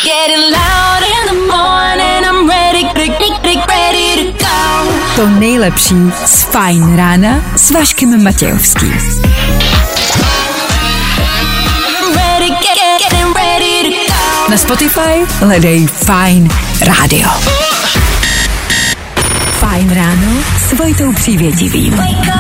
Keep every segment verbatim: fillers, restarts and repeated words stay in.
To nejlepší z Fajn rána s Vaškem Matějovským. Na Spotify hledej Fajn rádio. Fajn ráno s Vojtou Přívětivým.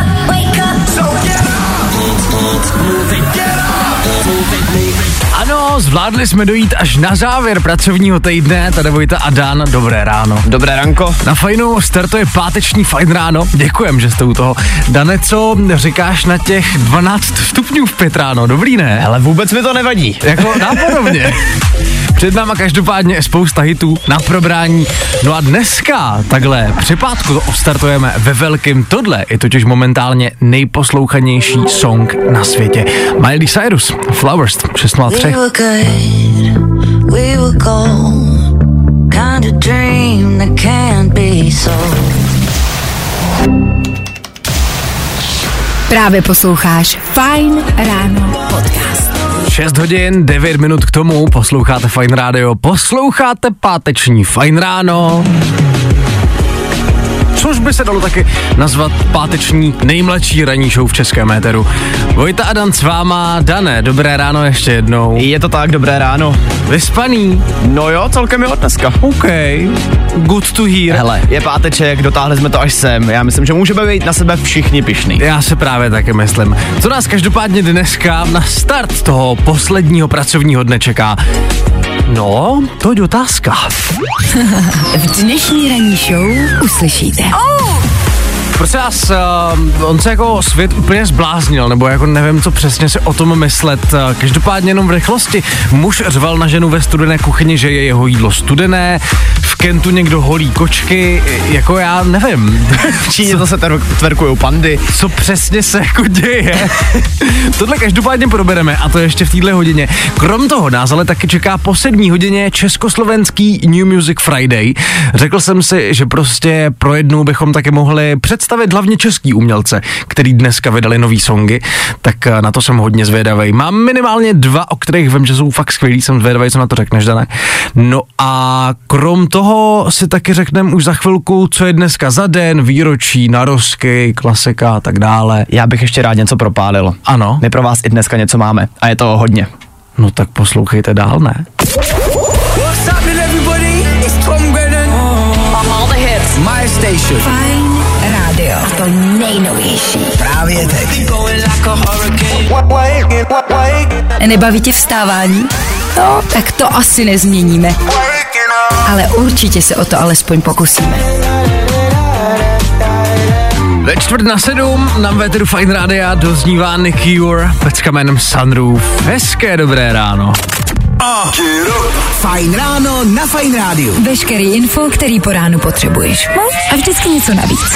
Ano, zvládli jsme dojít až na závěr pracovního týdne. Tady Vojta a Dan, dobré ráno. Dobré ránko. Na Fajnu startuje páteční Fajn ráno. Děkujem, že jste u toho. Dane, co říkáš na těch dvanáct stupňů v pět ráno? Dobrý, ne? Ale vůbec mi to nevadí. Jako nápodobně. Před náma každopádně spousta hitů na probrání. No a dneska takhle při pátku to startujeme ve velkým. Tohle je totiž momentálně nejposlouchanější song na světě. Miley Cyrus, Flowers, šest nula tři. Právě posloucháš Fajn ráno podcast. šest hodin, devět minut k tomu, posloucháte Fajn rádio, posloucháte páteční Fajn ráno. Což by se dalo taky nazvat páteční nejmladší ranní show v českém éteru. Vojta a Dan s váma. Dane, dobré ráno ještě jednou. Je to tak, dobré ráno. Vyspaný? No jo, celkem jo dneska. OK, good to hear. Hele, je páteček, dotáhli jsme to až sem. Já myslím, že můžeme být na sebe všichni pyšný. Já se právě taky myslím. Co nás každopádně dneska na start toho posledního pracovního dne čeká? No, to je otázka. V dnešní ranní show uslyšíte. Oh! Prosím vás, uh, on se jako svět úplně zbláznil, nebo jako nevím, co přesně si o tom myslet. Uh, každopádně jenom v rychlosti. Muž řval na ženu ve studené kuchyni, že je jeho jídlo studené. V Kentu někdo holí kočky, jako já nevím. V Číně zase tverkujou pandy. Co přesně se jako děje? Tohle každopádně probereme, a to ještě v téhle hodině. Krom toho nás ale taky čeká po sedmý hodině československý New Music Friday. Řekl jsem si, že prostě pro jednou bychom taky mohli představit hlavně český umělce, který dneska vydali nový songy, tak na to jsem hodně zvědavej. Mám minimálně dva, o kterých vím, že jsou fakt skvělý, jsem zvědavej, co na to řekneš, Dane. No a krom toho si taky řekneme už za chvilku, co je dneska za den, výročí, narozky, klasika a tak dále. Já bych ještě rád něco propálil. Ano. My pro vás i dneska něco máme a je to hodně. No tak poslouchejte dál, ne? My station. Fajn rádio. To nejnovější. Právě teď. Nebaví tě vstávání? No, tak to asi nezměníme. Ale určitě se o to alespoň pokusíme. Ve čtvrt na sedm nám véteru Fajn rádia doznívá Nick Cure, pecka jménem Sunroof. Hezké dobré ráno. Fajn ráno na Fajn rádiu. Veškerý info, který po ránu potřebuješ. No, a vždycky něco navíc.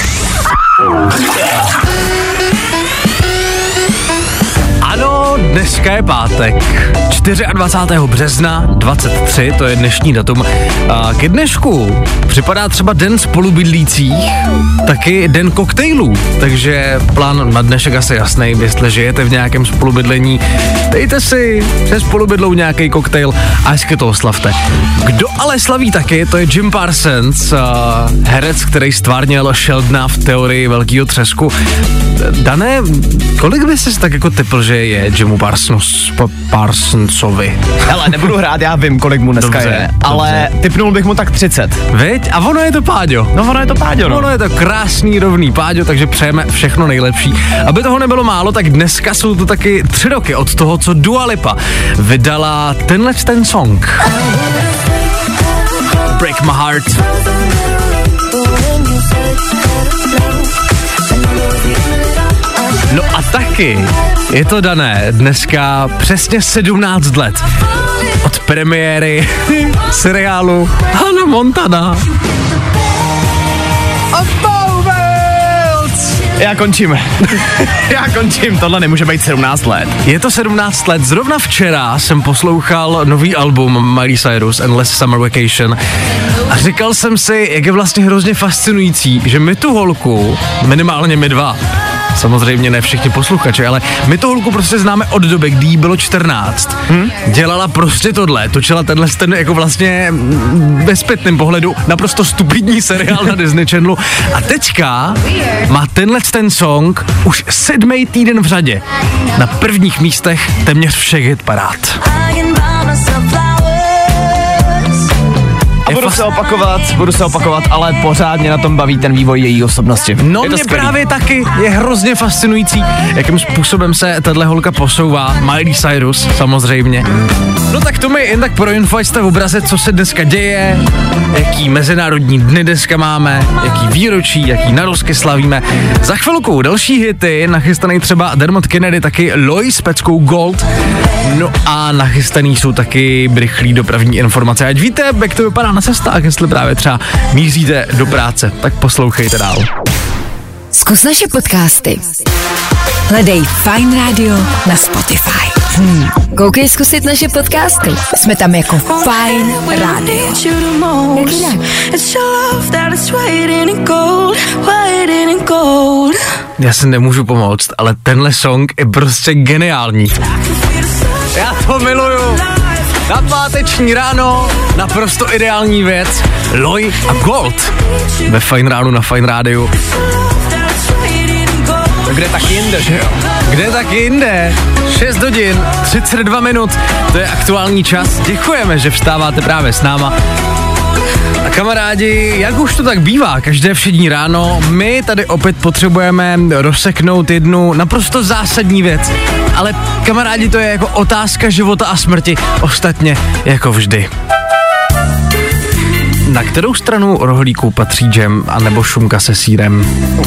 Ano, dneska je pátek, dvacátého čtvrtého března dvacet tři, to je dnešní datum. A ke dnešku připadá třeba den spolubydlících, taky den koktejlů, takže plán na dnešek asi jasný, jestli žijete v nějakém spolubydlení, dejte si se spolubydlou nějaký koktejl a hezky to oslavte. Kdo ale slaví taky, to je Jim Parsons, herec, který stvárnil Sheldona v Teorii velkého třesku. Dane, kolik by ses tak jako typl, že je Jimu Parsons, Parsonsovi? Hele, nebudu hrát, já vím, kolik mu dneska dobře, je, ale dobře. tipnul bych mu tak třicet. Viď? A ono je to Páďo. No ono je to Páďo, no. Ono je to krásný, rovný Páďo, takže přejeme všechno nejlepší. Aby toho nebylo málo, tak dneska jsou to taky tři roky od toho, co Dua Lipa vydala tenhle ten song. Break My Heart. No a taky je to dané dneska přesně sedmnáct let od premiéry seriálu Hannah Montana. Já končím. Já končím, tohle nemůže být sedmnáct let. Je to sedmnáct let, zrovna včera jsem poslouchal nový album Miley Cyrus Endless Summer Vacation a říkal jsem si, jak je vlastně hrozně fascinující, že my tu holku, minimálně my dva, samozřejmě ne všichni posluchači, ale my tu holku prostě známe od doby, kdy jí bylo čtrnáct. Hmm? Dělala prostě tohle, točila tenhle ten jako vlastně ve zpětném pohledu naprosto stupidní seriál na Disney Channelu a teďka má tenhle ten song už sedmý týden v řadě. Na prvních místech téměř všech hitparád. A budu se opakovat, budu se opakovat, ale pořádně na tom baví ten vývoj její osobnosti. No mě skvělý. Právě taky je hrozně fascinující, jakým způsobem se tahle holka posouvá. Miley Cyrus, samozřejmě. No tak to mi jen tak pro info, jste v obraze, co se dneska děje, jaký mezinárodní dny dneska máme, jaký výročí, jaký narozky slavíme. Za chvilku další hity, nachystaný třeba Dermot Kennedy, taky Lois s peckou Gold. No a nachystaný jsou taky rychlý dopravní informace. Ať víte, jak to vypadá na cestách, jestli právě třeba míříte do práce, tak poslouchejte dál. Zkus naše podcasty. Hledej Fajn Radio na Spotify. Hmm. Koukej zkusit naše podcasty. Jsme tam jako Fajn Radio. Jak jinak? Já si nemůžu pomoct, ale tenhle song je prostě geniální. Já to miluju. Na páteční ráno, naprosto ideální věc. Loj a Gold ve Fajn ránu na Fajn rádiu. Kde tak jinde, že jo? Kde tak jinde? šest hodin, třicet dva minut, to je aktuální čas. Děkujeme, že vstáváte právě s náma. A kamarádi, jak už to tak bývá, každé všední ráno, my tady opět potřebujeme rozseknout jednu naprosto zásadní věc. Ale kamarádi, to je jako otázka života a smrti, ostatně jako vždy. Na kterou stranu rohlíku patří džem anebo šunka se sýrem?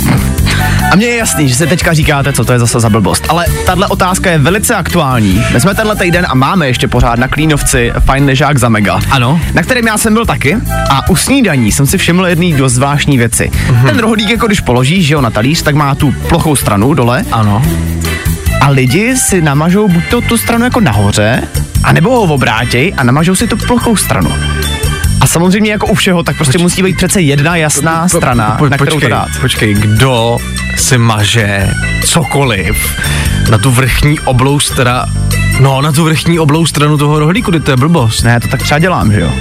A mně je jasný, že se teďka říkáte, co to je zase za blbost, ale tahle otázka je velice aktuální. My jsme tenhle týden a máme ještě pořád na Klínovci fajn ležák za mega. Ano. Na kterém já jsem byl taky a u snídaní jsem si všiml jedný dost zvláštní věci. Mm-hmm. Ten rohlík, jako když položíš, že jo, na talíř, tak má tu plochou stranu dole. Ano. A lidi si namažou buď to tu stranu jako nahoře, anebo ho obrátěj a namažou si tu plochou stranu. A samozřejmě jako u všeho, tak prostě Poč- musí být přece jedna jasná po, strana, po, po, na kterou počkej, to dát. Počkej, kdo si maže cokoliv na tu vrchní oblou teda, no na tu vrchní oblou stranu toho rohlíku, to je blbost. Ne, to tak třeba dělám, že jo.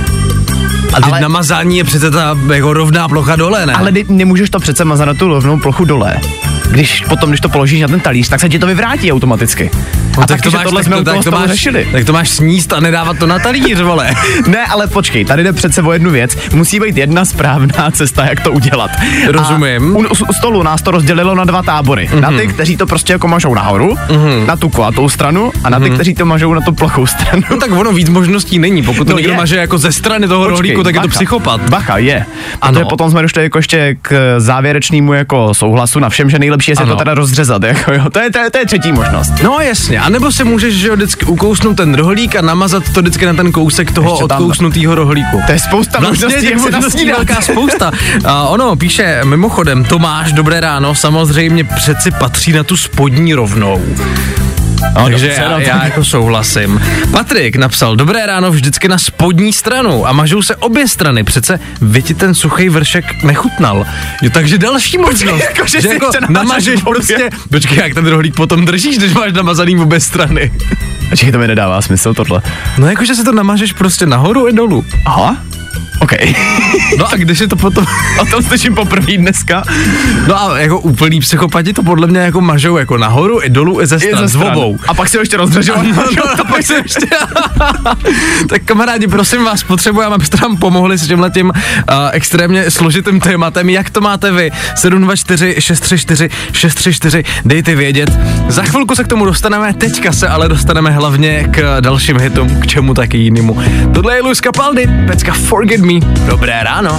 A teď ale namazání je přece ta jako rovná plocha dole, ne? Ale nemůžeš to přece mazat na tu rovnou plochu dole. Když potom, když to položíš na ten talíř, tak se ti to vyvrátí automaticky. No, a tak taky, to máš, tohle tak jsme to, tak to máš, řešili. Tak to máš sníst a nedávat to na talíř, vole. Ne, ale počkej, tady jde přece o jednu věc. Musí být jedna správná cesta, jak to udělat. Rozumím. U, u stolu nás to rozdělilo na dva tábory. Mm-hmm. Na ty, kteří to prostě jako mažou nahoru, mm-hmm. na tu kulatou stranu a na ty, mm-hmm. kteří to mažou na tu plochou stranu. No tak ono víc možností není. Pokud to no někdo je. maže jako ze strany toho počkej, rohlíku, tak bacha, je to psychopat. Bacha, je. Ano. Potom jsme došli jako ještě k závěrečnému jako souhlasu na všem, že nejlepší je si to teda rozřezat. Jako, jo. To, je, to, je, to je třetí možnost. No jasně, a nebo se můžeš že jo, vždycky ukousnout ten rohlík a namazat to vždycky na ten kousek toho odkousnutýho rohlíku. To je spousta vlastně možností, jak se možností velká spousta. A ono píše mimochodem, Tomáš, dobré ráno, samozřejmě přeci patří na tu spodní rovnou. No, takže já, já jako souhlasím. Patrik napsal, dobré ráno vždycky na spodní stranu a mažou se obě strany, přece vy ti ten suchý vršek nechutnal. Jo, takže další možnost, jako, že, že jako namažeš prostě, počkej, jak ten rohlík potom držíš, když máš namazaný obě strany. Počkej, to mi nedává smysl tohle. No jakože se to namažeš prostě nahoru i dolů. Aha. OK. No a když je to potom... O tom slyším poprvé dneska. No a jako úplný psychopati to podle mě jako mažou jako nahoru i dolů i ze stran, z obou. A pak si ho ještě rozřežou. No, no, to pak se ještě... Tak kamarádi, prosím vás, potřebujeme, abyste nám pomohli s tímhletím uh, extrémně složitým tématem. Jak to máte vy? sedm dva čtyři šest tři čtyři šest tři čtyři, dejte vědět. Za chvilku se k tomu dostaneme, teďka se ale dostaneme hlavně k dalším hitům, k čemu taky jinému. Tohle je Luis Capaldi, pecka Forget Me. Dobré ráno.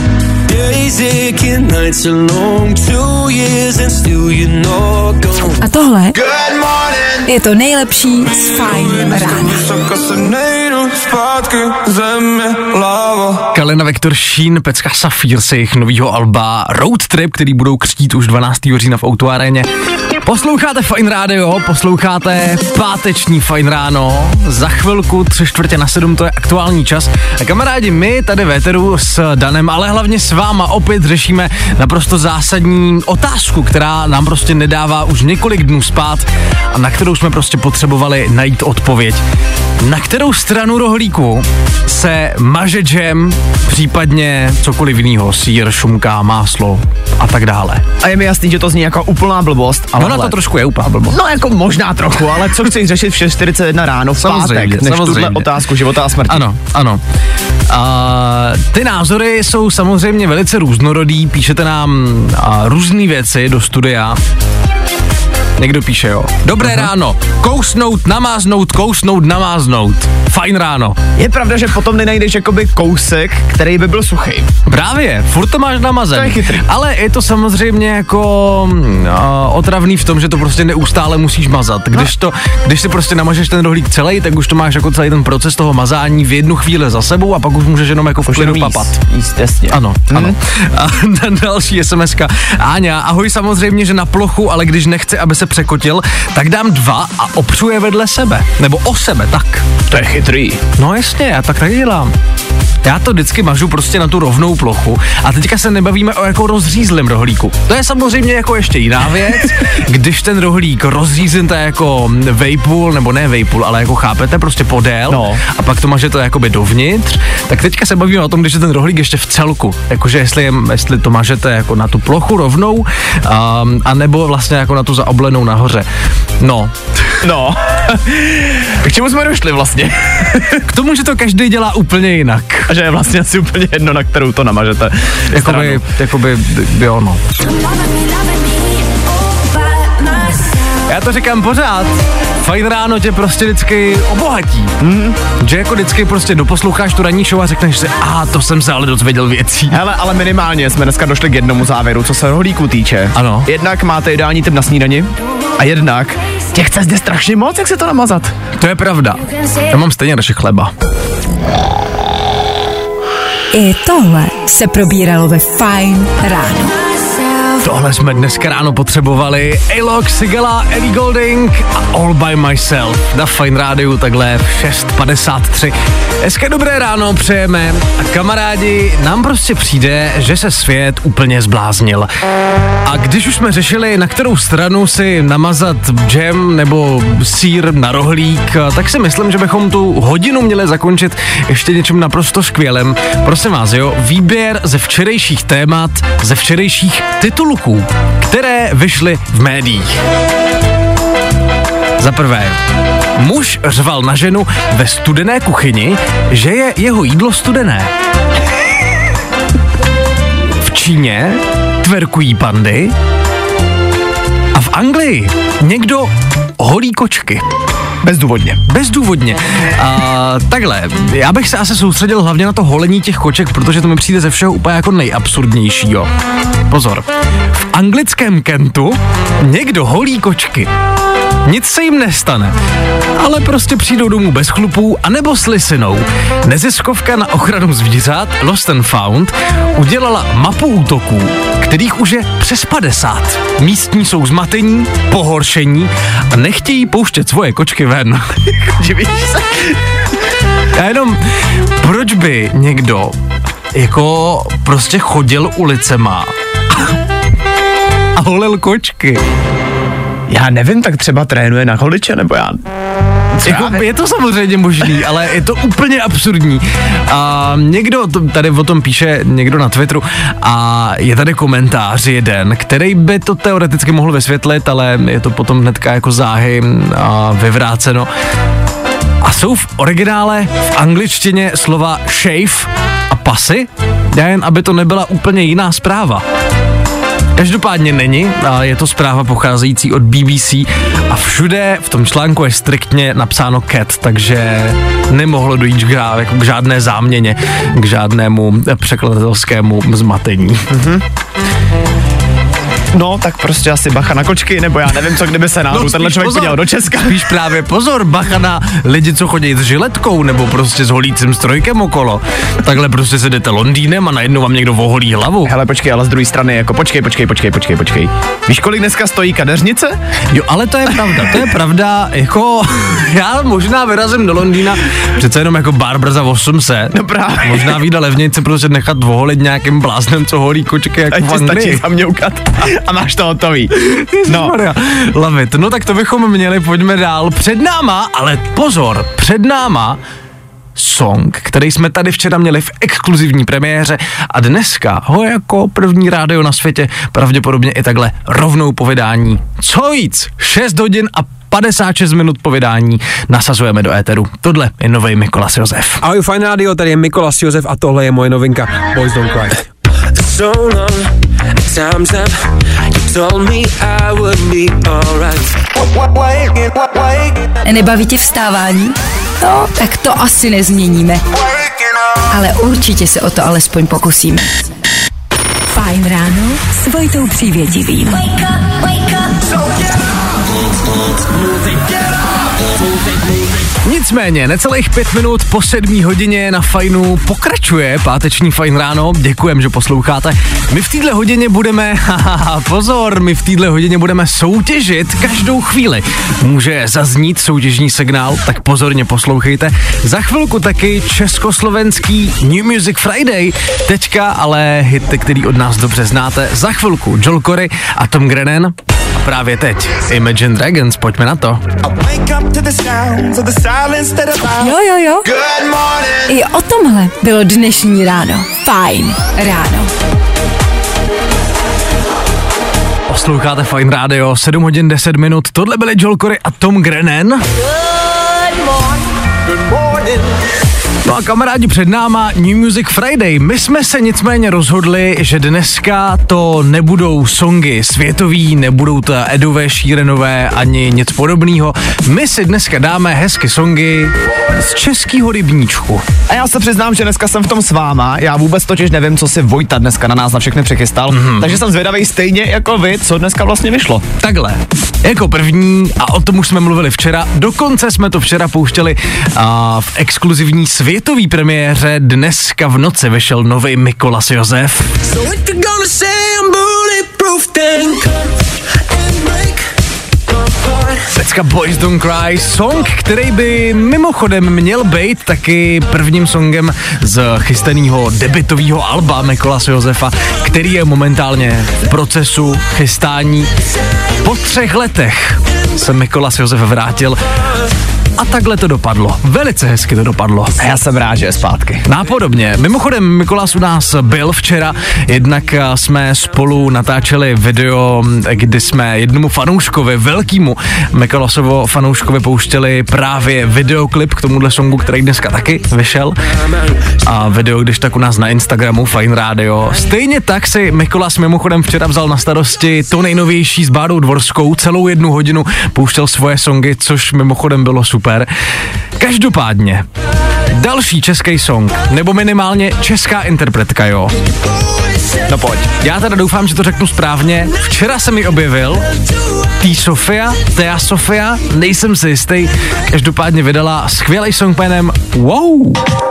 A tohle je to nejlepší z Fajn rána. Kalina Viktor Šín, pecka Safír z jejich novýho alba Road Trip, který budou křtít už dvanáctého října v O dva Aréně. Posloucháte Fajn rádio, posloucháte páteční Fajn ráno, za chvilku tři čtvrtě na sedm, to je aktuální čas. A kamarádi, my tady v éteru s Danem, ale hlavně s váma opět řešíme naprosto zásadní otázku, která nám prostě nedává už několik dnů spát a na kterou jsme prostě potřebovali najít odpověď. Na kterou stranu rohlíku se maže džem, případně cokoliv jiného, sýr, šunka, máslo a tak dále. A je mi jasný, že to zní jako úplná blbost, ale... No na to trošku je úplná blbost. No jako možná trochu, ale co chceš řešit v šest čtyřicet jedna ráno v samozřejmě, pátek, než samozřejmě. tuhle otázku života a smrti. Ano, ano. A ty názory jsou samozřejmě velice různorodý, píšete nám a, různý věci do studia. Někdo píše, jo. Dobré Aha. ráno, kousnout, namáznout, kousnout, namáznout. Fajn ráno. Je pravda, že potom nenajdeš jakoby kousek, který by byl suchý. Právě, furt to máš namazen. To je chytrý. Ale je to samozřejmě jako uh, otravný v tom, že to prostě neustále musíš mazat. Když, to, když si prostě namažeš ten rohlík celý, tak už to máš jako celý ten proces toho mazání v jednu chvíli za sebou a pak už můžeš jenom jako v klidu papat. Jíst, jasně. Ano, hmm. ano. A další SMSka. Áňa, ahoj, samozřejmě, že na plochu, ale když nechci, aby se překotil, tak dám dva a opřu je vedle sebe. Nebo o sebe, tak. To je chytrý. No jasně, já tak taky dělám. Já to vždycky mažu prostě na tu rovnou plochu a teďka se nebavíme o jako rozřízlém rohlíku. To je samozřejmě jako ještě jiná věc, když ten rohlík rozříznete jako vejpůl, nebo ne vejpůl, ale jako chápete, prostě podél no. A pak to mažete jakoby dovnitř, tak teďka se bavíme o tom, když je ten rohlík ještě v celku, jakože jestli, je, jestli to mažete jako na tu plochu rovnou, um, a nebo vlastně jako na tu zaoblenou nahoře. No. No. K čemu jsme došli vlastně? K tomu, že to každý dělá úplně jinak. A že je vlastně asi úplně jedno, na kterou to namažete. Jakoby, jakoby, jo no. Já to říkám pořád. Fajn ráno tě prostě vždycky obohatí. Mm. Že jako vždycky prostě doposloucháš tu ranní show a řekneš si, a to jsem se ale dozvěděl věcí. Hele, ale minimálně jsme dneska došli k jednomu závěru, co se rohlíku týče. Ano. Jednak máte ideální tip na snídani a jednak těch cest je strašně moc, jak se to namazat. To je pravda. Já mám stejně radši chleba. I tohle se probíralo ve Fajn ráno. Tohle jsme dneska ráno potřebovali. A-Log, Sigala, Ellie Goulding a All by Myself. Na Fajn rádiu takhle v šest padesát tři. Hezké dobré ráno přejeme a kamarádi, nám prostě přijde, že se svět úplně zbláznil. A když už jsme řešili, na kterou stranu si namazat džem nebo sýr na rohlík, tak si myslím, že bychom tu hodinu měli zakončit ještě něčím naprosto skvělým. Prosím vás, jo, výběr ze včerejších témat, ze včerejších titulů, které vyšly v médiích. Za prvé, muž řval na ženu ve studené kuchyni, že je jeho jídlo studené. V Číně tverkují pandy a v Anglii někdo holí kočky. Bezdůvodně. Bezdůvodně. A takhle, já bych se asi soustředil hlavně na to holení těch koček, protože to mi přijde ze všeho úplně jako nejabsurdnějšího. Pozor. V anglickém Kentu někdo holí kočky. Nic se jim nestane, ale prostě přijdou domů bez chlupů anebo s lisinou. Neziskovka na ochranu zvířat Lost and Found udělala mapu útoků, kterých už je přes padesát. Místní jsou zmatení, pohoršení a nechtějí pouštět svoje kočky ven. Divíš se? Já jenom, proč by někdo jako prostě chodil ulicema a holil kočky? Já nevím, tak třeba trénuje na holiče, nebo já... Jako, je to samozřejmě možný, ale je to úplně absurdní. A někdo to, tady o tom píše, někdo na Twitteru a je tady komentář jeden, který by to teoreticky mohl vysvětlit, ale je to potom hnedka jako záhy a vyvráceno. A jsou v originále v angličtině slova shave a pasy, jen aby to nebyla úplně jiná zpráva. Každopádně není, a je to zpráva pocházející od B B C a všude v tom článku je striktně napsáno cat, takže nemohlo dojít k, jako k žádné záměně, k žádnému překladatelskému zmatení. Mm-hmm. No, tak prostě asi bacha na kočky, nebo já nevím, co kdyby se náhodou no, tenhle člověk podíval do Česka. Spíš právě pozor, bacha na lidi, co chodí s žiletkou, nebo prostě s holícím strojkem okolo. Takhle prostě se jdete Londýnem a najednou vám někdo oholí hlavu. Hele, počkej, ale z druhé strany, jako počkej, počkej, počkej, počkej, počkej. Víš, kolik dneska stojí kadeřnice? Jo, ale to je pravda, to je pravda, jako já možná vyrazím do Londýna, přece jenom jako Barbara za osm set. No právě. Možná vyjde levnějce prostě nechat oholit nějakým bláznem, co holí kočky jako v Anglii. Stačí zamňoukat a máš to hotový. No. Love it. No tak to bychom měli, pojďme dál. Před náma, ale pozor, před náma song, který jsme tady včera měli v exkluzivní premiéře a dneska ho jako první rádio na světě pravděpodobně i takhle rovnou po vydání. Co víc, šest hodin a padesát šest minut po vydání nasazujeme do éteru. Tohle je novej Mikolas Josef. Ahoj, fajn rádio, tady je Mikolas Josef a tohle je moje novinka Boys Don't Cry. So long, time's up. You told me I would be alright. Nebaví tě vstávání? No, tak to asi nezměníme. Ale určitě se o to alespoň pokusíme. Fajn ráno s Vojtou Přívětivým. Wake up, wake up. So Nicméně, necelých pět minut po sedmý hodině na Fajnu pokračuje páteční Fajn ráno. Děkujem, že posloucháte. My v téhle hodině budeme, haha, pozor, my v téhle hodině budeme soutěžit každou chvíli. Může zaznít soutěžní signál, tak pozorně poslouchejte. Za chvilku taky československý New Music Friday. Teďka ale hity, který od nás dobře znáte. Za chvilku Joel Corey a Tom Grennan. A právě teď Imagine Dragons, pojďme na to. Jo, jo, jo. I o tomhle bylo dnešní ráno. Fajn ráno. Posloucháte Fajn rádio, sedm hodin deset minut. Tohle byly Joel Corey a Tom Grennan. No a kamarádi, před náma New Music Friday. My jsme se nicméně rozhodli, že dneska to nebudou songy světový, nebudou to Edové, Sheeranové ani nic podobného. My si dneska dáme hezky songy z českýho rybníčku. A já se přiznám, že dneska jsem v tom s váma. Já vůbec totiž nevím, co si Vojta dneska na nás na všechny přichystal. Mm-hmm. Takže jsem zvědavý stejně jako vy, co dneska vlastně vyšlo. Takhle, jako první, a o tom už jsme mluvili včera, dokonce jsme to včera pouštěli a v exkluzivní světový premiéře, dneska v noci vyšel nový Mikolas Josef. So Pecka Boys Don't Cry, song, který by mimochodem měl být taky prvním songem z chystaného debutového alba Mikolase Josefa, který je momentálně v procesu chystání. Po třech letech se Mikolas Josef vrátil a takhle to dopadlo. Velice hezky to dopadlo. A já jsem rád, že je zpátky. Nápodobně. Mimochodem, Mikolas u nás byl včera, jednak jsme spolu natáčeli video, kdy jsme jednomu fanouškovi, velkýmu Mikolasovo fanouškovi pouštěli právě videoklip k tomuhle songu, který dneska taky vyšel. A video, když tak u nás na Instagramu Fajn rádio. Stejně tak si Mikolas mimochodem včera vzal na starosti to nejnovější s Bárou Dvorskou, celou jednu hodinu pouštěl svoje songy, což mimochodem bylo super. Každopádně, další český song, nebo minimálně česká interpretka, jo. No pojď. Já teda doufám, že to řeknu správně. Včera jsem ji objevil. Tý Sofia, Thea Sofia, nejsem si jistý. Každopádně vydala skvělý song jménem Wow.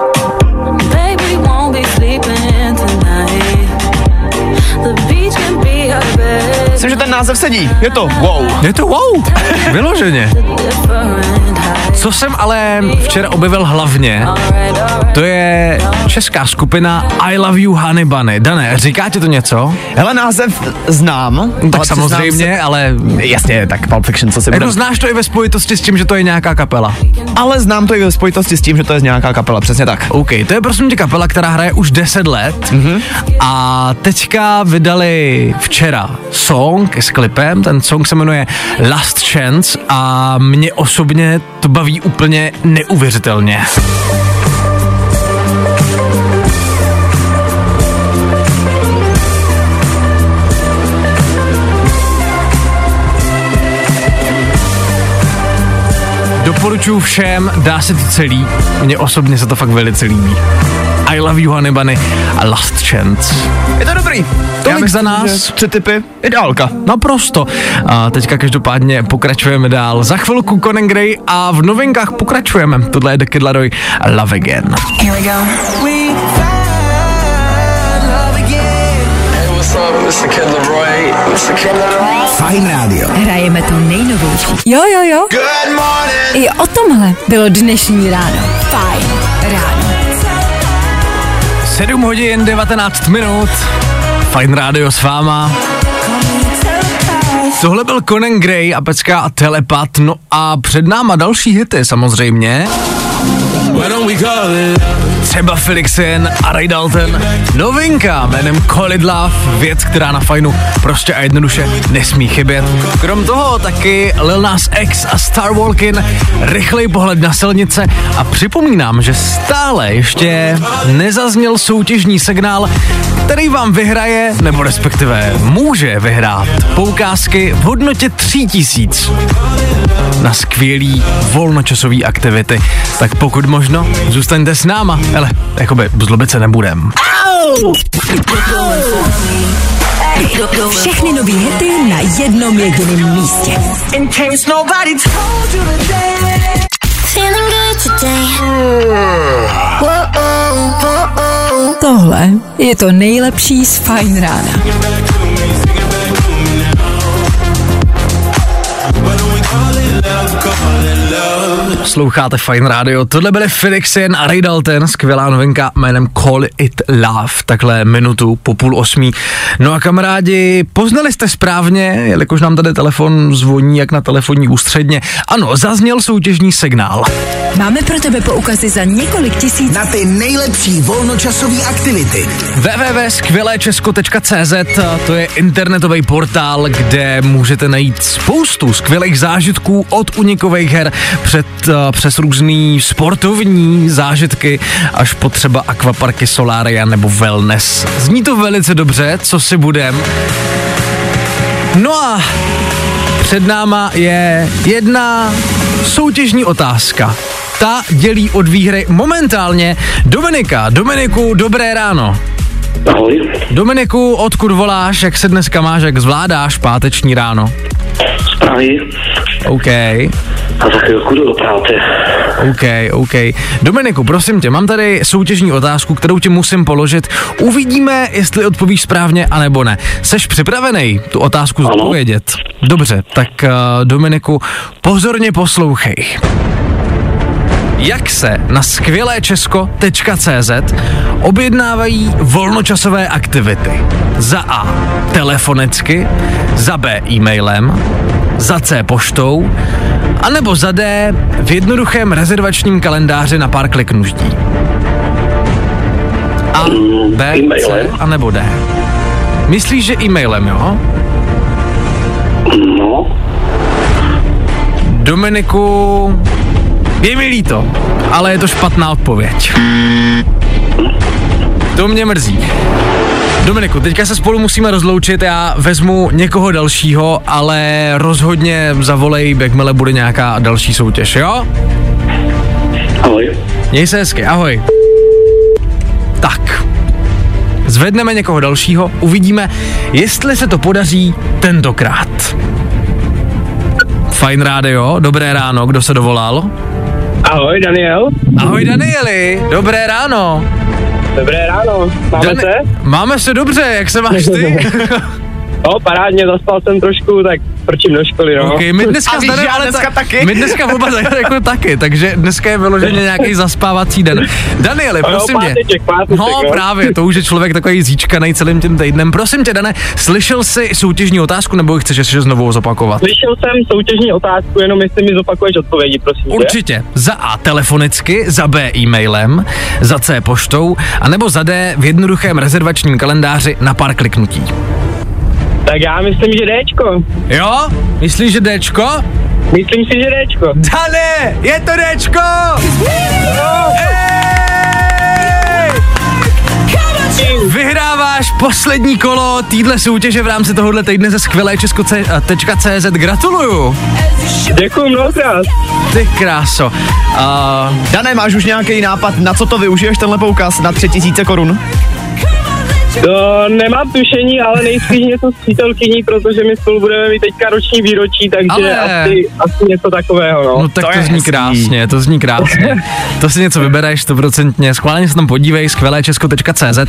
Myslím, že ten název sedí. Je to Wow. Je to Wow. Vyloženě. Co jsem ale včera objevil hlavně, to je česká skupina I Love You Honey Bunny. Dané, říká ti to něco? Hele, název znám. Tak samozřejmě, se... ale... Jasně, tak Pulp Fiction, co si budem... Jako znáš to i ve spojitosti s tím, že to je nějaká kapela? Ale znám to i ve spojitosti s tím, že to je nějaká kapela, přesně tak. OK, to je prosím tě kapela, která hraje už deset let mm-hmm. a teďka vydali včera song s klipem, ten song se jmenuje Last Chance a mě osobně to baví úplně neuvěřitelně. Doporučuji všem, dá se to celý, mně osobně se to fakt velice líbí. I Love You Honey Bunny a Last Chance. Je to dobrý. Tolik Já za nás. Tři typy, ideálka. Naprosto. A teďka každopádně pokračujeme dál. Za chvilku Conan Gray a v novinkách pokračujeme. Tohle je The Kid Laroi, Love Again. Here we go. Fajn rádio. Hrajeme to nejnovější. Jo, jo, jo. Good morning. I o tomhle bylo dnešní ráno. Fajn ráno. sedm hodin devatenáct minut. Fajn rádio s váma. Tohle byl Conan Gray a pecka a Telepat, no a před náma další hity samozřejmě. Třeba Felixin a Ray Dalton. Novinka jménem Call It Love, věc, která na Fajnu prostě a jednoduše nesmí chybět. Krom toho taky Lil Nas X a Star Walkin, rychlej pohled na silnice a připomínám, že stále ještě nezazněl soutěžní signál, který vám vyhraje, nebo respektive může vyhrát poukázky v hodnotě tři tisíc na skvělý volnočasový aktivity. Tak pokud možno, zůstaňte s náma. Hele, jakoby zlobit se nebudem. Všechny nový hity na jednom jediném místě. Tohle je to nejlepší z Fajn rána. Sloucháte Fajn rádio, tohle byly Felixin a Ray Dalton, skvělá novinka jménem Call It Love, takhle minutu po půl osmí. No a kamarádi, poznali jste správně, jelikož nám tady telefon zvoní jak na telefonní ústředně. Ano, zazněl soutěžní signál. Máme pro tebe poukazy za několik tisíc Na ty nejlepší volnočasové aktivity. w w w tečka skvělé česko tečka c z, to je internetový portál, kde můžete najít spoustu skvělých zážitků od unikových her před, uh, přes různý sportovní zážitky až po třeba akvaparky, solária nebo wellness. Zní to velice dobře, co si budem. No a před náma je jedna soutěžní otázka. Ta dělí od výhry momentálně Dominika. Dominiku, dobré ráno. Ahoj. Dominiku, odkud voláš, jak se dneska máš, jak zvládáš páteční ráno? Z Prahy. OK. A za chvilku jdu do práce. OK, OK. Dominiku, prosím tě, mám tady soutěžní otázku, kterou ti musím položit. Uvidíme, jestli odpovíš správně, anebo ne. Seš připravený tu otázku zodpovědět? Dobře, tak uh, Dominiku, pozorně poslouchej. Jak se na skvělé česko tečka c z objednávají volnočasové aktivity? Za A telefonicky, za B e-mailem, za C poštou, anebo za D v jednoduchém rezervačním kalendáři na pár kliknutí. A, B, C, anebo D. Myslíš, že e-mailem, jo? No. Dominiku, je mi líto, ale je to špatná odpověď. To mě mrzí. Dominiku, teďka se spolu musíme rozloučit, já vezmu někoho dalšího, ale rozhodně zavolej, jakmile bude nějaká další soutěž, jo? Ahoj. Měj se hezky, ahoj. Tak, zvedneme někoho dalšího, uvidíme, jestli se to podaří tentokrát. Fajn rádio, dobré ráno, kdo se dovolal? Ahoj, Daniel. Ahoj Danieli, dobré ráno. Dobré ráno, máme Dan- se? Máme se dobře, jak se máš ty? No, parádně, zaspal jsem trošku, tak prčím do školy, no. Okay, my dneska, A víš, zde, já ale dneska ta, taky. my dneska oba jako taky, takže dneska je vyloženě nějaký zaspávací den. Danieli, No, prosím tě. páteček, páteček, No no. právě, to už je člověk takový zíčkanej celým tím týdnem. Prosím tě, Dane, slyšel jsi soutěžní otázku, nebo chceš ještě znovu zopakovat? Slyšel jsem soutěžní otázku, jenom jestli mi zopakuješ odpovědi, prosím tě. Určitě. Za A telefonicky, za B e-mailem, za C poštou, anebo za D v jednoduchém rezervačním kalendáři na pár kliknutí. Tak já myslím, že Dčko. Jo? Myslíš, že Dčko? Myslím si, že Dčko. Dane, je to Dčko! Ej! Vyhrává vyhráváš poslední kolo týhle soutěže v rámci tohohle týdne ze skvělé česko tečka cé zet. Gratuluju. Děkuju mnohokrát. Ty kráso. Uh, Dané, máš už nějaký nápad, na co to využiješ tenhle poukaz na tři tisíce korun? To nemám tušení, ale nejspíš něco s přítelkyní, protože my spolu budeme mít teďka roční výročí, takže ale... asi, asi něco takového, no. No tak To to, je zní hezký. krásně, to zní krásně. To si něco vybereš stoprocentně. Schválně se tam podívej, skvělé česko tečka cé zet.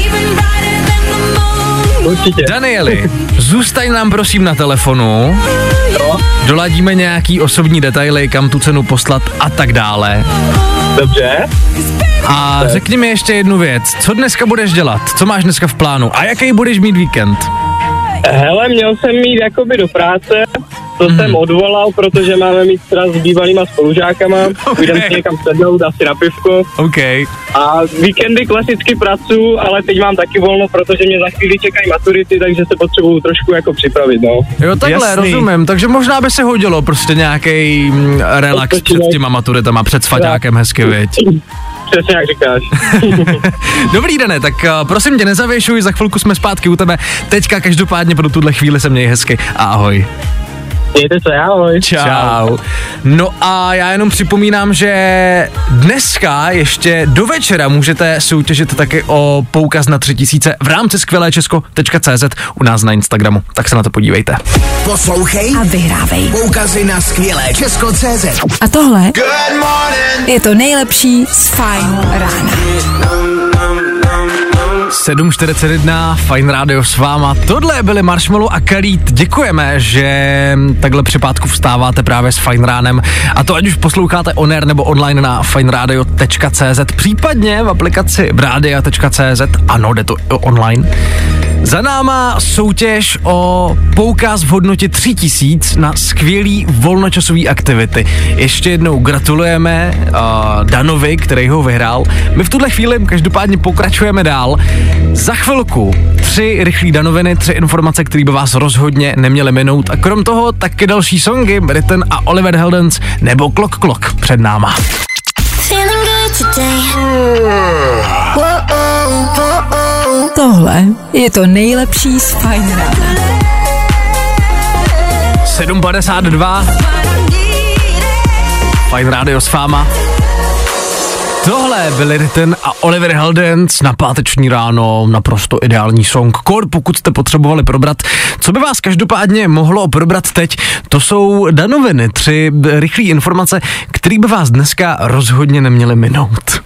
Určitě. Danieli, zůstaň nám prosím na telefonu. No, Doladíme nějaký osobní detaily, kam tu cenu poslat a tak dále. dobře. A řekni mi ještě jednu věc. Co dneska budeš dělat? Co máš dneska v plánu? A jaký budeš mít víkend? Hele, měl jsem jít jakoby do práce, to Hmm. jsem odvolal, protože máme mít teda s bývalýma spolužákama, půjdeme si někam sednout, asi na pivko. OK. A víkendy klasicky pracuji, ale teď mám taky volno, protože mě za chvíli čekají maturity, takže se potřebuju trošku jako připravit, no. Jo, takhle, Jasný. rozumím. Takže možná by se hodilo prostě nějaký relax před těma maturitama, před svaťákem hezky, viď? Přesně jak říkáš. Dobrý den, tak uh, prosím tě, nezavěšuj, za chvilku jsme zpátky u tebe. Teďka každopádně pro tuhle chvíli se měj hezky a ahoj. Mějte se, ahoj. Čau. No a já jenom připomínám, že dneska ještě do večera můžete soutěžit taky o poukaz na tři tisíce v rámci skvělé česko tečka cé zet u nás na Instagramu. Tak se na to podívejte. Poslouchej A vyhrávej. poukazy na skvělé česko tečka cé zet. A tohle je to nejlepší z Fajn rána. sedm čtyřicet jedna, Fajn rádio s váma. Tohle byly Marshmallow a Khalid. Děkujeme, že takhle při pátku vstáváte právě s Fajn ránem. A to ať už posloucháte on air nebo online na fajn rádio tečka cé zet, případně v aplikaci rádia tečka cé zet. Ano, jde to online. Za náma soutěž o poukaz v hodnotě tři tisíce na skvělý volnočasový aktivity. Ještě jednou gratulujeme uh, Danovi, který ho vyhrál. My v tuhle chvíli každopádně pokračujeme dál. Za chvilku tři rychlý danoviny, tři informace, které by vás rozhodně neměly minout. A krom toho taky další songy, Britton a Oliver Heldens nebo Clock Clock před náma. Tohle je to nejlepší z Fajn rána. sedm padesát dva Fajn rádio s váma. Tohle byli Ritten a Oliver Heldens na páteční ráno, naprosto ideální song. Kor, pokud jste potřebovali probrat, co by vás každopádně mohlo probrat teď, to jsou danoviny, tři rychlé informace, které by vás dneska rozhodně neměly minout.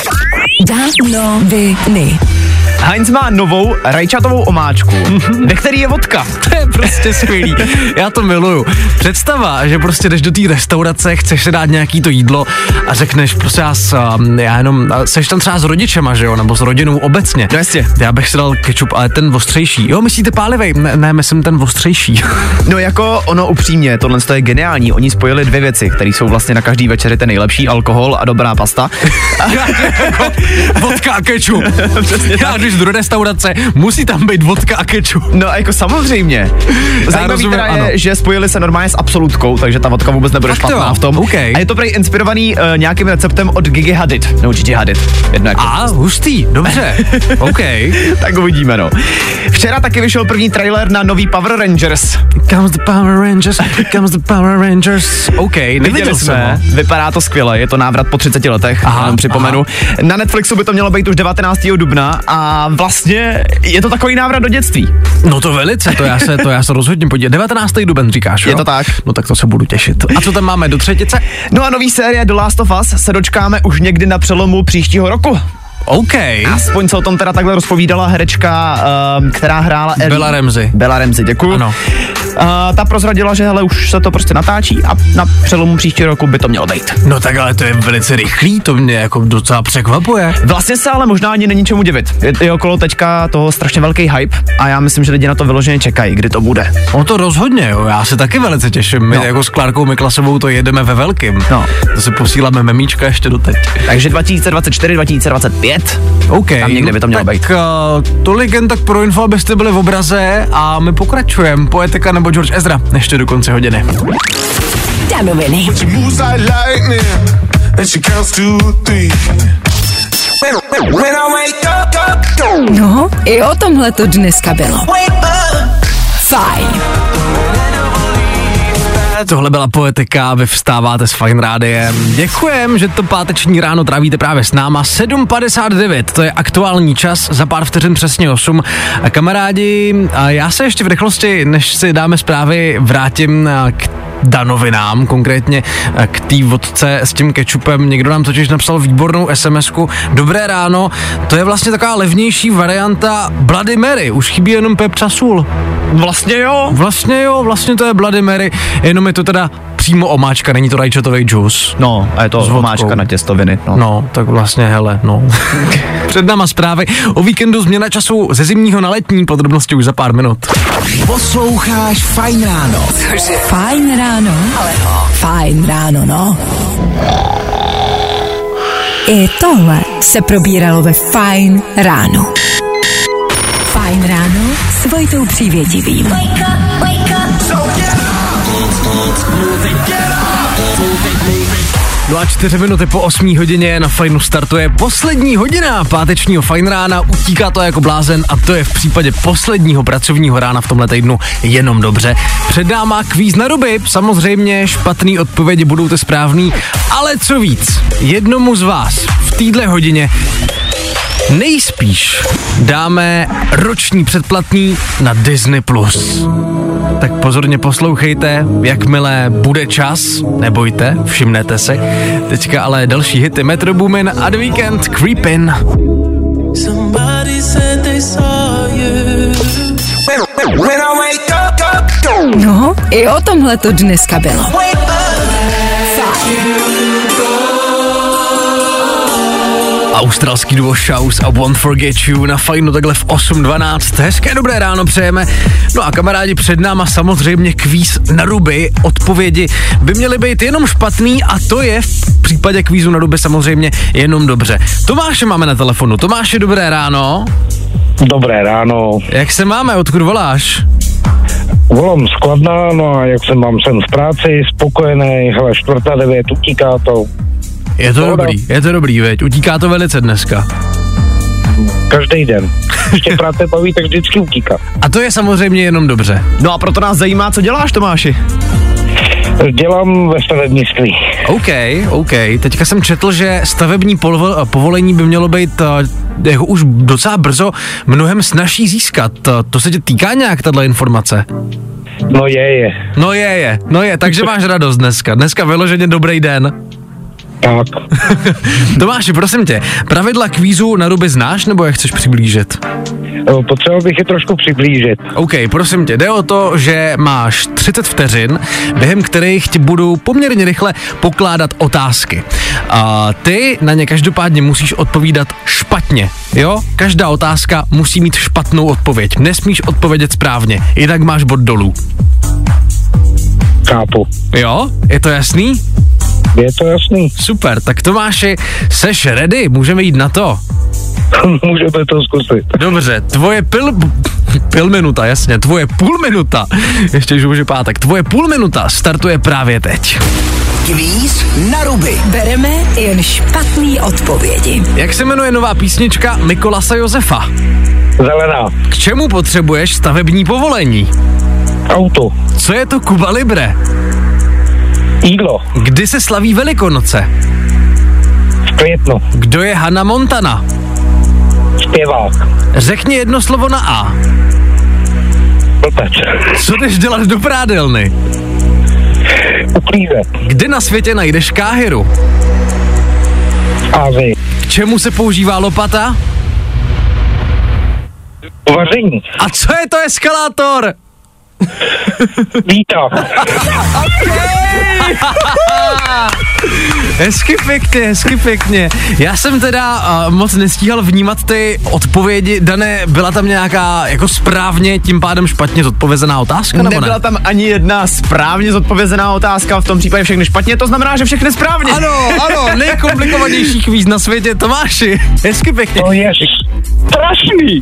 Danoviny. Heinz má novou rajčatovou omáčku, ve který je vodka. To je prostě skvělý. Já to miluju. Představa, že prostě jdeš do té restaurace, chceš si dát nějaký to jídlo a řekneš, prostě já, já jenom, seš tam třeba s rodičema, že jo, nebo s rodinou obecně. No jasně. Já bych si dal kečup, ale ten ostřejší. Jo, myslíte pálivej? Ne, ne, myslím ten ostřejší. No jako ono upřímně, tohle je geniální. Oni spojili dvě věci, které jsou vlastně na každý večer ten nejlepší, alkohol a dobrá pasta. Vodka a kečup. Já když jdu do restaurace, musí tam být vodka a kečup. No a jako samozřejmě. Zajímavý rozumím, teda je, ano. že spojili se normálně s absolutkou, takže ta vodka vůbec nebude Fakt špatná jo, v tom. okay. A je to prej inspirovaný uh, nějakým receptem od Gigi Hadid. No určitě Hadid. Jedno jak to. A, hustý, dobře. OK. Tak uvidíme, no. Včera taky vyšel první trailer na nový Power Rangers. Comes the Power Rangers, comes the Power Rangers. OK, neviděl Viděli jsem jsme, ho. vypadá to skvěle, je to návrat po třiceti letech, Aha, jenom připomenu. Na Netflixu by to mělo být už devatenáctého dubna a vlastně je to takový návrat do dětství. No to velice, to já se, to já se rozhodně podívám. devatenáctého duben říkáš, jo? Je to tak. No tak to se budu těšit. A co tam máme do třetice? No a nový série The Last of Us se dočkáme už někdy na přelomu příštího roku. OK. Aspoň co o tom teda takhle rozpovídala herečka, uh, která hrála Ellie. Bella Ramsey. Bella Ramsey, děkuju. Ano. Uh, ta prozradila, že hele, už se to prostě natáčí a na přelomu příštího roku by to mělo být. No tak ale to je velice rychlý, to mě jako docela překvapuje. Vlastně se ale možná ani není čemu divit. Je, je okolo teďka toho strašně velký hype a já myslím, že lidi na to vyloženě čekají, kdy to bude. No to rozhodně, jo, já se taky velice těším. My No. jako s Klárkou Miklasovou to jedeme ve velkým. No. To si posíláme memíčka ještě doteď. Takže dva tisíce dvacet čtyři, dva tisíce dvacet pět. OK. Tam někde by to mělo tak, být. Uh, tolik jen tak pro info, abyste byli v obraze a my pokračujeme. Poetika nebo George Ezra ještě do konce hodiny. Danoviny. No, i o tomhle to dneska bylo. Fajn. Tohle byla Poetika, vy vstáváte s Fajn rádiem. Děkujem, že to páteční ráno trávíte právě s náma. sedm padesát devět, to je aktuální čas, za pár vteřin přesně osm. A kamarádi, a já se ještě v rychlosti, než si dáme zprávy, vrátím k danovinám, konkrétně k té vodce s tím kečupem. Někdo nám totiž napsal výbornou SMSku. Dobré ráno, to je vlastně taková levnější varianta Bloody Mary, už chybí jenom pepř a sůl. Vlastně jo. Vlastně jo, vlastně to je Bloody Mary, jenom je to teda přímo omáčka, není to rajčatový džus. No, a je to omáčka na těstoviny. No. no, tak vlastně hele, no. Před náma zprávy o víkendu změna času ze zimního na letní, podrobnosti už za pár minut. Posloucháš Fajn ráno. Cože? Fajn ráno? Ale no. Fajn ráno, no. I tohle se probíralo ve Fajn ráno. Fajn ráno s Vojtou Přívětivým. Wake up, wake up. So get up. No a čtyři minuty po osmí hodině na Fajnu startuje poslední hodina pátečního Fajn rána, utíká to jako blázen a to je v případě posledního pracovního rána v tomhle týdnu jenom dobře. Před náma kvíz na ruby, samozřejmě špatný odpovědi budou ty správný, ale co víc, jednomu z vás v téhle hodině nejspíš dáme roční předplatný na Disney plus. Tak pozorně poslouchejte, jakmile bude čas, nebojte, všimnete si. Teďka ale další hity Metro Boomin a The Weeknd, Creepin'. No, i o tomhle to dneska bylo. Australský duo Shouse a Won't Forget You na Fajnu takhle v osm dvanáct. Hezké dobré ráno přejeme. No a kamarádi, před náma samozřejmě kvíz na ruby. Odpovědi by měly být jenom špatný a to je v případě kvízu na ruby samozřejmě jenom dobře. Tomáše máme na telefonu. Tomáši, dobré ráno. Dobré ráno. Jak se máme, odkud voláš? Volám z Kladna, no a jak jsem mám sem v práci, spokojený, hele, čtvrtá devět, utíká to. Je to Pohoda. dobrý, je to dobrý, veď, utíká to velice dneska. Každý den. Ještě práce baví, tak vždycky utíká. A to je samozřejmě jenom dobře. No a proto nás zajímá, co děláš, Tomáši? Dělám ve stavebnictví. OK, OK. Teďka jsem četl, že stavební povol- povolení by mělo být uh, jako už docela brzo mnohem snazší získat. To se tě týká nějak tato informace? No je, je. No je, je. No je, takže máš radost dneska. Dneska vyloženě dobrý den. Tak. Tomáši, prosím tě, pravidla kvízu na ruby znáš, nebo je chceš přiblížit? Potřeboval bych je trošku přiblížit. OK, prosím tě, jde o to, že máš třicet vteřin, během kterých ti budu poměrně rychle pokládat otázky. A ty na ně každopádně musíš odpovídat špatně, jo? Každá otázka musí mít špatnou odpověď. Nesmíš odpovědět správně, jinak máš bod dolů. Chápu. Jo? Je to jasný? Je to jasný. Super, tak Tomáši, seš ready? Můžeme jít na to? Můžeme to zkusit. Dobře, tvoje pil... Pil minuta, jasně, tvoje půl minuta, ještě už je pátek, tvoje půl minuta startuje právě teď. Kvíz na ruby. Bereme jen špatný odpovědi. Jak se jmenuje nová písnička Mikolase Josefa? Zelená. K čemu potřebuješ stavební povolení? Auto. Co je to Cuba Libre? Jídlo. Kdy se slaví Velikonoce? V květnu. Kdo je Hannah Montana? Zpěvák. Řekni jedno slovo na A. Blbec. Co jdeš dělat do prádelny? Uklízet. Kde na světě najdeš Káhiru? Ázii. K čemu se používá lopata? Vaření. A co je to eskalátor? Výtah. Hezky pěkně, hezky pěkně. Já jsem teda uh, moc nestíhal vnímat ty odpovědi. Dané, byla tam nějaká jako správně, tím pádem špatně zodpovězená otázka, nebo ne? Nebyla tam ani jedna správně zodpovězená otázka, v tom případě všechny špatně, to znamená, že všechny správně. Ano, ano, nejkomplikovanější kvíz na světě, Tomáši. Hezky pěkně. To je strašný.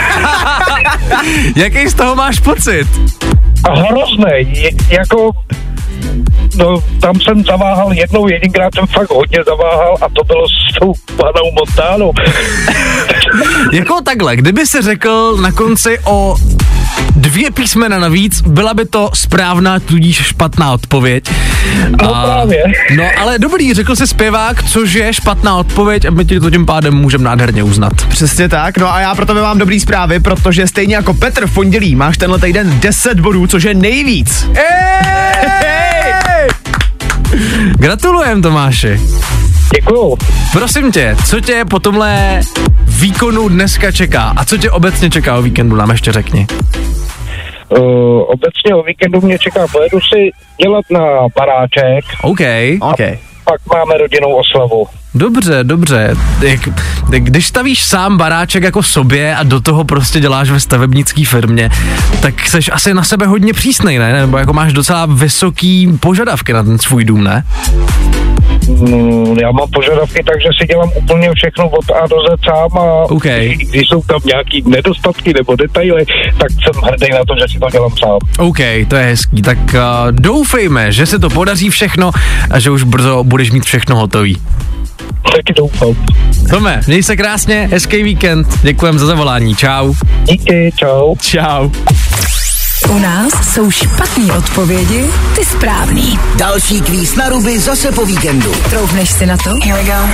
Jaký z toho máš pocit? A hrozný, je, jako, no, tam jsem zaváhal jednou, jedinkrát jsem fakt hodně zaváhal a to bylo s tou panou Montánou. Jako takhle, kdyby se řekl na konci o dvě písmena navíc, byla by to správná, tudíž špatná odpověď. No a, právě. No ale dobrý, řekl jsi zpěvák, což je špatná odpověď a my ti to tím pádem můžeme nádherně uznat. Přesně tak, no a já proto mám dobrý zprávy, protože stejně jako Petr v pondělí máš tenhle týden deset bodů, což je nejvíc. Ej! Gratulujem, Tomáši. Děkuju. Prosím tě, co tě po tomhle výkonu dneska čeká a co tě obecně čeká o víkendu, nám ještě řekni. Uh, obecně o víkendu mě čeká, pojedu si dělat na baráček. OK. OK. Pak máme rodinnou oslavu. Dobře, dobře. Jak, když stavíš sám baráček jako sobě a do toho prostě děláš ve stavebnické firmě, tak seš asi na sebe hodně přísnej, ne? Nebo jako máš docela vysoký požadavky na ten svůj dům, ne? Mm, já mám požadavky, takže si dělám úplně všechno od A do Z sám a okay. když, když jsou tam nějaký nedostatky nebo detaily, tak jsem hrdý na to, že si to dělám sám. OK, to je hezký. Tak uh, doufejme, že se to podaří všechno a že už brzo budeš mít všechno hotový. Taky doufám. Tome, měj se krásně, hezký víkend. Děkujem za zavolání, čau. Díky, čau. Čau. U nás jsou špatný odpovědi, ty správný. Další kvíz na ruby zase po víkendu. Troufneš si na to? Here we go.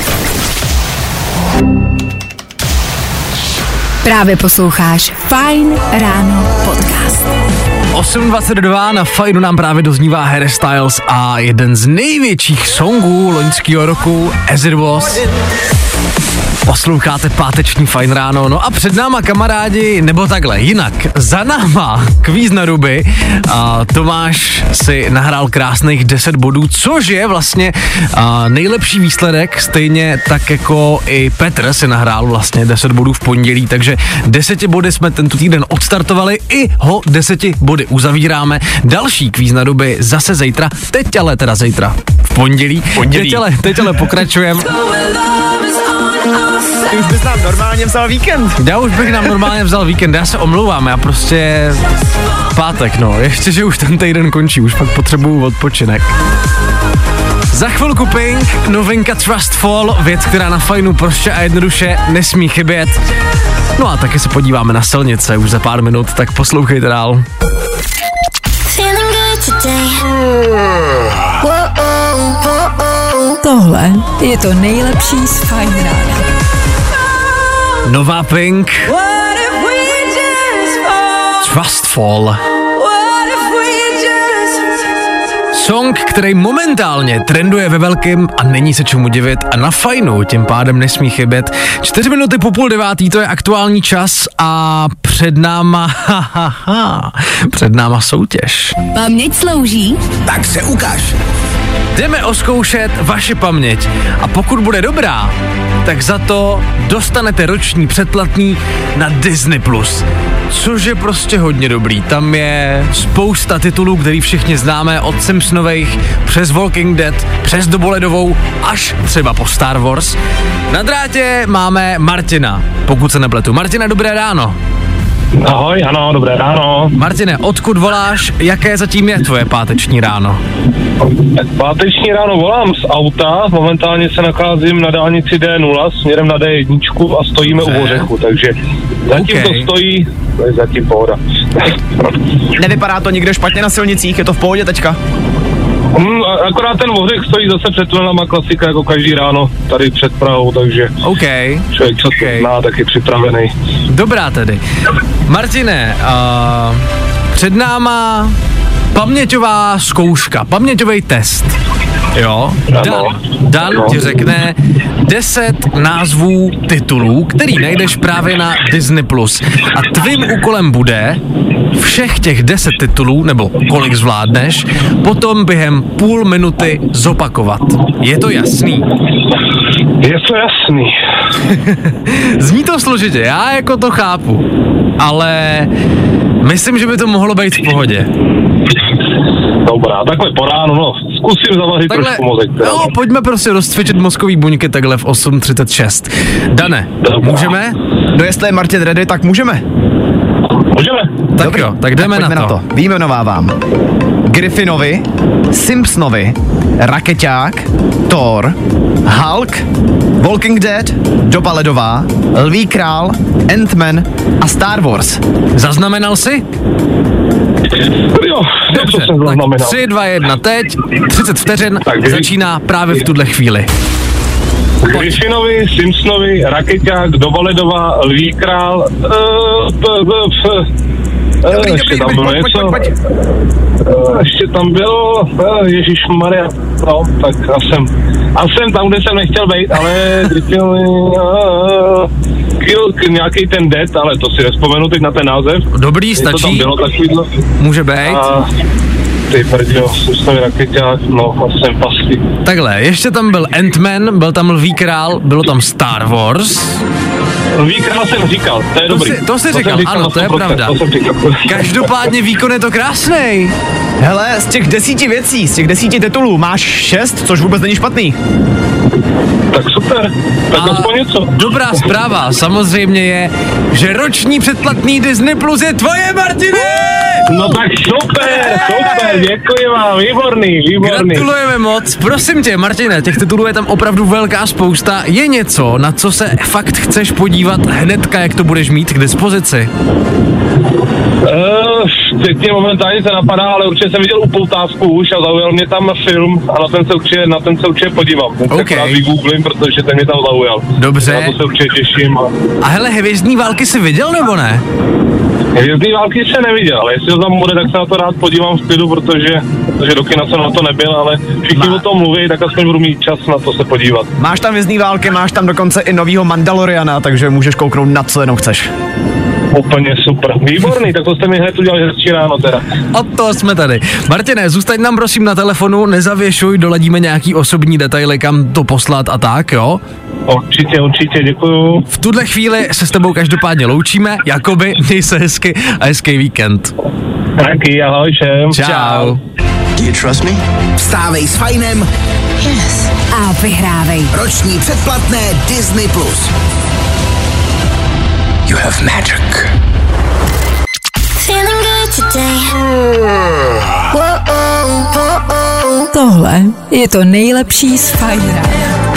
Právě posloucháš Fajn ráno podcast. osm dvacet dva na Fajnu nám právě doznívá Harry Styles a jeden z největších songů loňského roku, As It Was. Posloucháte páteční Fajn ráno, no a před náma kamarádi, nebo takhle, jinak, za náma kvíz na ruby. A Tomáš si nahrál krásných deset bodů, což je vlastně a, nejlepší výsledek, stejně tak jako i Petr si nahrál vlastně deset bodů v pondělí, takže deseti body jsme tento týden odstartovali, i ho deseti body uzavíráme. Další kvíz na ruby zase zítra, teď ale teda zítra, v pondělí. pondělí. Teď ale, teď ale pokračujeme. Ty už bys nám normálně vzal víkend. Já už bych nám normálně vzal víkend, já se omlouvám, já prostě pátek, no, ještě, že už ten týden končí, už pak potřebuju odpočinek. Za chvilku Pink, novinka Trust Fall, věc, která na Fajnu prostě a jednoduše nesmí chybět. No a taky se podíváme na silnice už za pár minut, tak poslouchejte dál. Tohle je to nejlepší z Fajn rána. Nová Pink, Trust Fall. Song, který momentálně trenduje ve velkým a není se čemu divit a na Fajnu tím pádem nesmí chybět. Čtyři minuty po půl devátý, to je aktuální čas a před náma, ha, ha, ha, před náma soutěž. Paměť slouží? Tak se ukaž. Jdeme oskoušet vaši paměť a pokud bude dobrá, tak za to dostanete roční předplatný na Disney plus, což je prostě hodně dobrý. Tam je spousta titulů, který všichni známe, od Simpsonových přes Walking Dead, přes Doboledovou až třeba po Star Wars. Na drátě máme Martina, pokud se nepletu. Martina, dobré ráno. Ahoj, ano, dobré ráno. Martine, odkud voláš, jaké zatím je tvoje páteční ráno? Tak páteční ráno volám z auta, momentálně se nacházím na dálnici D nula směrem na D jedna a stojíme u Ořechu, takže zatím okay. to stojí, to je zatím pohoda. Nevypadá to nikde špatně na silnicích, je to v pohodě teďka? Hmm, akorát ten Ořech stojí zase před tunelama, klasika jako každý ráno tady před Prahou, takže OK. člověk co okay. zná, tak je připravený. Dobrá tedy. Martine, uh, před náma paměťová zkouška, paměťový test. Jo, Dan, Dan ti řekne deset názvů titulů, který najdeš právě na Disney plus. A tvým úkolem bude všech těch deset titulů, nebo kolik zvládneš, potom během půl minuty zopakovat. Je to jasný? Je to jasný. Zní to složitě, já jako to chápu, ale myslím, že by to mohlo být v pohodě. Dobrá, takhle po ránu, no, zkusím zavařit takhle, trošku mozek. Teda. No, pojďme prostě rozcvičit mozkový buňky takhle v osm třicet šest. Dane, Dobrá. můžeme? No jestli je Martin ready, tak můžeme. Můžeme. Tak Dobrý, jo, tak jdeme tak na, to. na to. Vyjmenovávám Griffinovi, Simpsonovi, Rakeťák, Thor, Hulk, Walking Dead, Doba ledová, Lví král, Ant-Man a Star Wars. Zaznamenal jsi? Jo, dobře, tak tři, dva, jedna, teď, třicet vteřin, tak začíná právě v tuhle chvíli. Griffinovi, Simpsonovi, Rakeťák, Doba ledová, Lví král, ještě tam bylo něco, ještě tam bylo, ježišmarja, no, tak a jsem, a jsem tam, kde jsem nechtěl být, ale Griffinovi, Kill, nějaký ten Dead, ale to si nespomenu teď na ten název. Dobrý, stačí, to tam bylo takovýhle. Může být. A, ty prdio, Simpsonovi, Rakeťák, no, a jsem pasky. Takhle, ještě tam byl Ant-Man, byl tam Lví král, bylo tam Star Wars. Lví král jsem říkal, to je to dobrý. Si, to jsi to říkal, říkal, ano, to je pravda. To Každopádně výkon je to krásnej. Hele, z těch desíti věcí, z těch desíti titulů máš šest, což vůbec není špatný. Tak super, tak aspoň něco. Dobrá zpráva samozřejmě je, že roční předplatný Disney Plus je tvoje, Martine! No tak super, super, děkuji vám, výborný, výborný. Gratulujeme moc, prosím tě, Martine, těch titulů je tam opravdu velká spousta. Je něco, na co se fakt chceš podívat hnedka, jak to budeš mít k dispozici? Uh, teď mě momentálně se napadá, ale určitě jsem viděl upoutávku už a zaujal mě tam film a na ten se určitě, na ten se určitě podívám. Ten okay. se právě vygooglím, protože ten mě tam zaujal. Dobře. Na to se určitě těším. A, a hele, Hvězdní války jsi viděl nebo ne? Hvězdný války jsem neviděl, ale jestli to tam bude, tak se na to rád podívám v klidu, protože, protože do kina jsem na to nebyl, ale všichni Má. o tom mluví, tak aspoň budu mít čas na to se podívat. Máš tam Hvězdný války, máš tam dokonce i novýho Mandaloriana, takže můžeš kouknout na co jenom chceš. Úplně super. Výborný, tak to jste mi hned udělali hezčí ráno teda. Od toho jsme tady. Martine, zůstaň nám prosím na telefonu, nezavěšuj, doladíme nějaký osobní detaily, kam to poslat a tak, jo? Určitě, určitě, děkuju. V tuhle chvíli se s tebou každopádně loučíme, jakoby, měj se hezky a hezký víkend. Taky, ahoj všem. Čau. Do you trust me? Vstávej s Fajnem. Yes. A vyhrávej. Roční předplatné Disney Plus. You have magic. Tohle je to nejlepší z Fajn rána.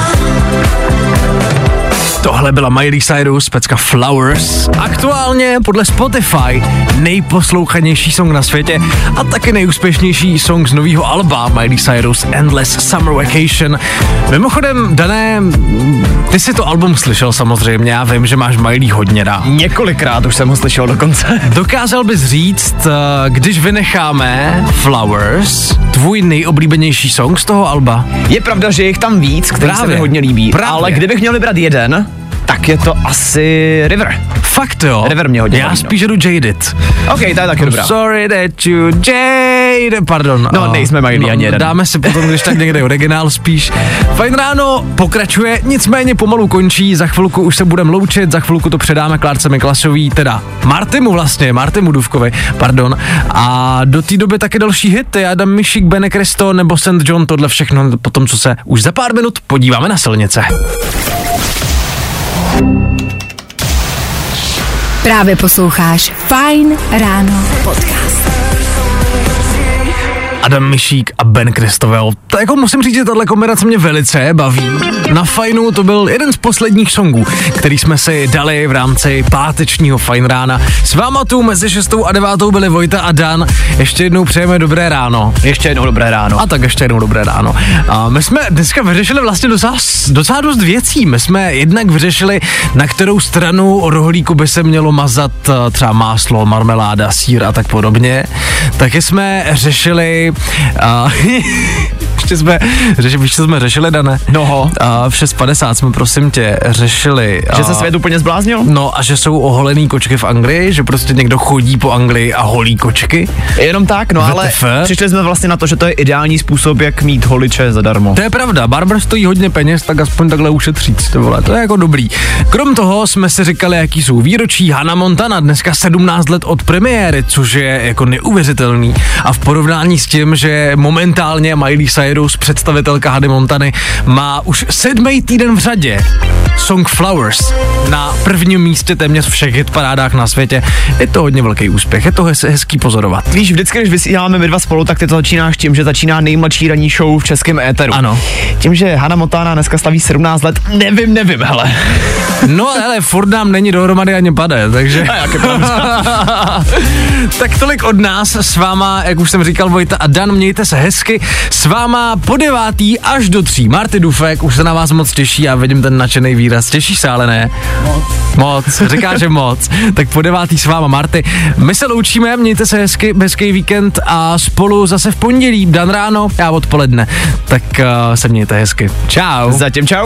Tohle byla Miley Cyrus, pecka Flowers. Aktuálně podle Spotify nejposlouchanější song na světě a taky nejúspěšnější song z nového alba Miley Cyrus Endless Summer Vacation. Mimochodem, Dané, ty si to album slyšel samozřejmě, já vím, že máš Miley hodně rád. Několikrát už jsem ho slyšel dokonce. Dokázal bys říct, když vynecháme Flowers, tvůj nejoblíbenější song z toho alba? Je pravda, že jich tam víc, který Právě. se mi hodně líbí, Právě. ale kdybych měl vybrat jeden, tak je to asi River. Fakt jo? River mě hodně Já baví, spíš jdu Jaded. Ok, to je taky dobrá. Sorry that you Jaded, pardon. No, nejsme Miley ani jeden. Dáme si potom, když tak někde originál spíš. Fajn ráno pokračuje, nicméně pomalu končí, za chvilku už se budeme loučit, za chvilku to předáme Klárce Miklasový, teda Martimu vlastně, Martimu Duvkovi, pardon. A do té doby taky další hity, Adam Mišík, Bene Cristo nebo Saint John, tohle všechno potom, co se už za pár minut podíváme na silnice. Právě posloucháš Fajn ráno podcast. Adam Mišík a Ben Christovel. To jako musím říct, že tahle kombinace mě velice baví. Na Fajnu to byl jeden z posledních songů, který jsme si dali v rámci pátečního Fajn rána. S váma tu mezi šestou a devátou byli Vojta a Dan. Ještě jednou přejeme dobré ráno. Ještě jednou dobré ráno. A tak ještě jednou dobré ráno. A my jsme dneska vyřešili vlastně docela, docela dost věcí. My jsme jednak vyřešili, na kterou stranu rohlíku by se mělo mazat třeba máslo, marmeláda, sýr a tak podobně. Taky jsme řešili a ještě jsme, řeši, víš, co jsme řešili, Dane? Noho. A v šest padesát jsme, prosím tě, řešili... Že a, se svět úplně zbláznil? No a že jsou oholený kočky v Anglii, že prostě někdo chodí po Anglii a holí kočky. Jenom tak, no V T F? Ale přišli jsme vlastně na to, že to je ideální způsob, jak mít holiče zadarmo. To je pravda, barber stojí hodně peněz, tak aspoň takhle ušetřit, to vole, to je jako dobrý. Krom toho jsme si říkali, jaký jsou výročí. Hannah Montana dneska sedmnáct let od premiéry, což je jako neuvěřitelný. A v porovnání s tím, že momentálně Miley Cyrus Cyrus, představitelka Hady Montany, má už sedmý týden v řadě song Flowers na prvním místě téměř všech hitparádách na světě. Je to hodně velký úspěch, je to hez, hezký pozorovat. Víš, vždycky, když vysíláme my dva spolu, tak ty to začínáš tím, že začíná nejmladší ranní show v českém éteru. Ano. Tím, že Hana Montana dneska slaví sedmnáct let, nevím, nevím, hele. No ale furt nám není dohromady ani pade, takže... Tak tolik od nás, s váma, jak už jsem říkal, Vojta a Dan, mějte se hezky, s váma po devátý až do tří. Marty Dufek, už se na vás moc těší, já vidím ten nadšený výraz, těšíš se, ale ne? Moc. Moc, říká, že moc. Tak po devátý s váma Marty. My se loučíme, mějte se hezky, hezký víkend a spolu zase v pondělí, Dan ráno, já odpoledne. Tak uh, se mějte hezky. Čau. Zatím čau.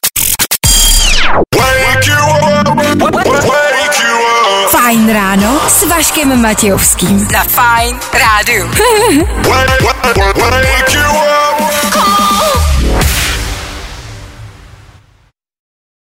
Fajn ráno s Vaškem Matějovským. Na Fajn rádiu.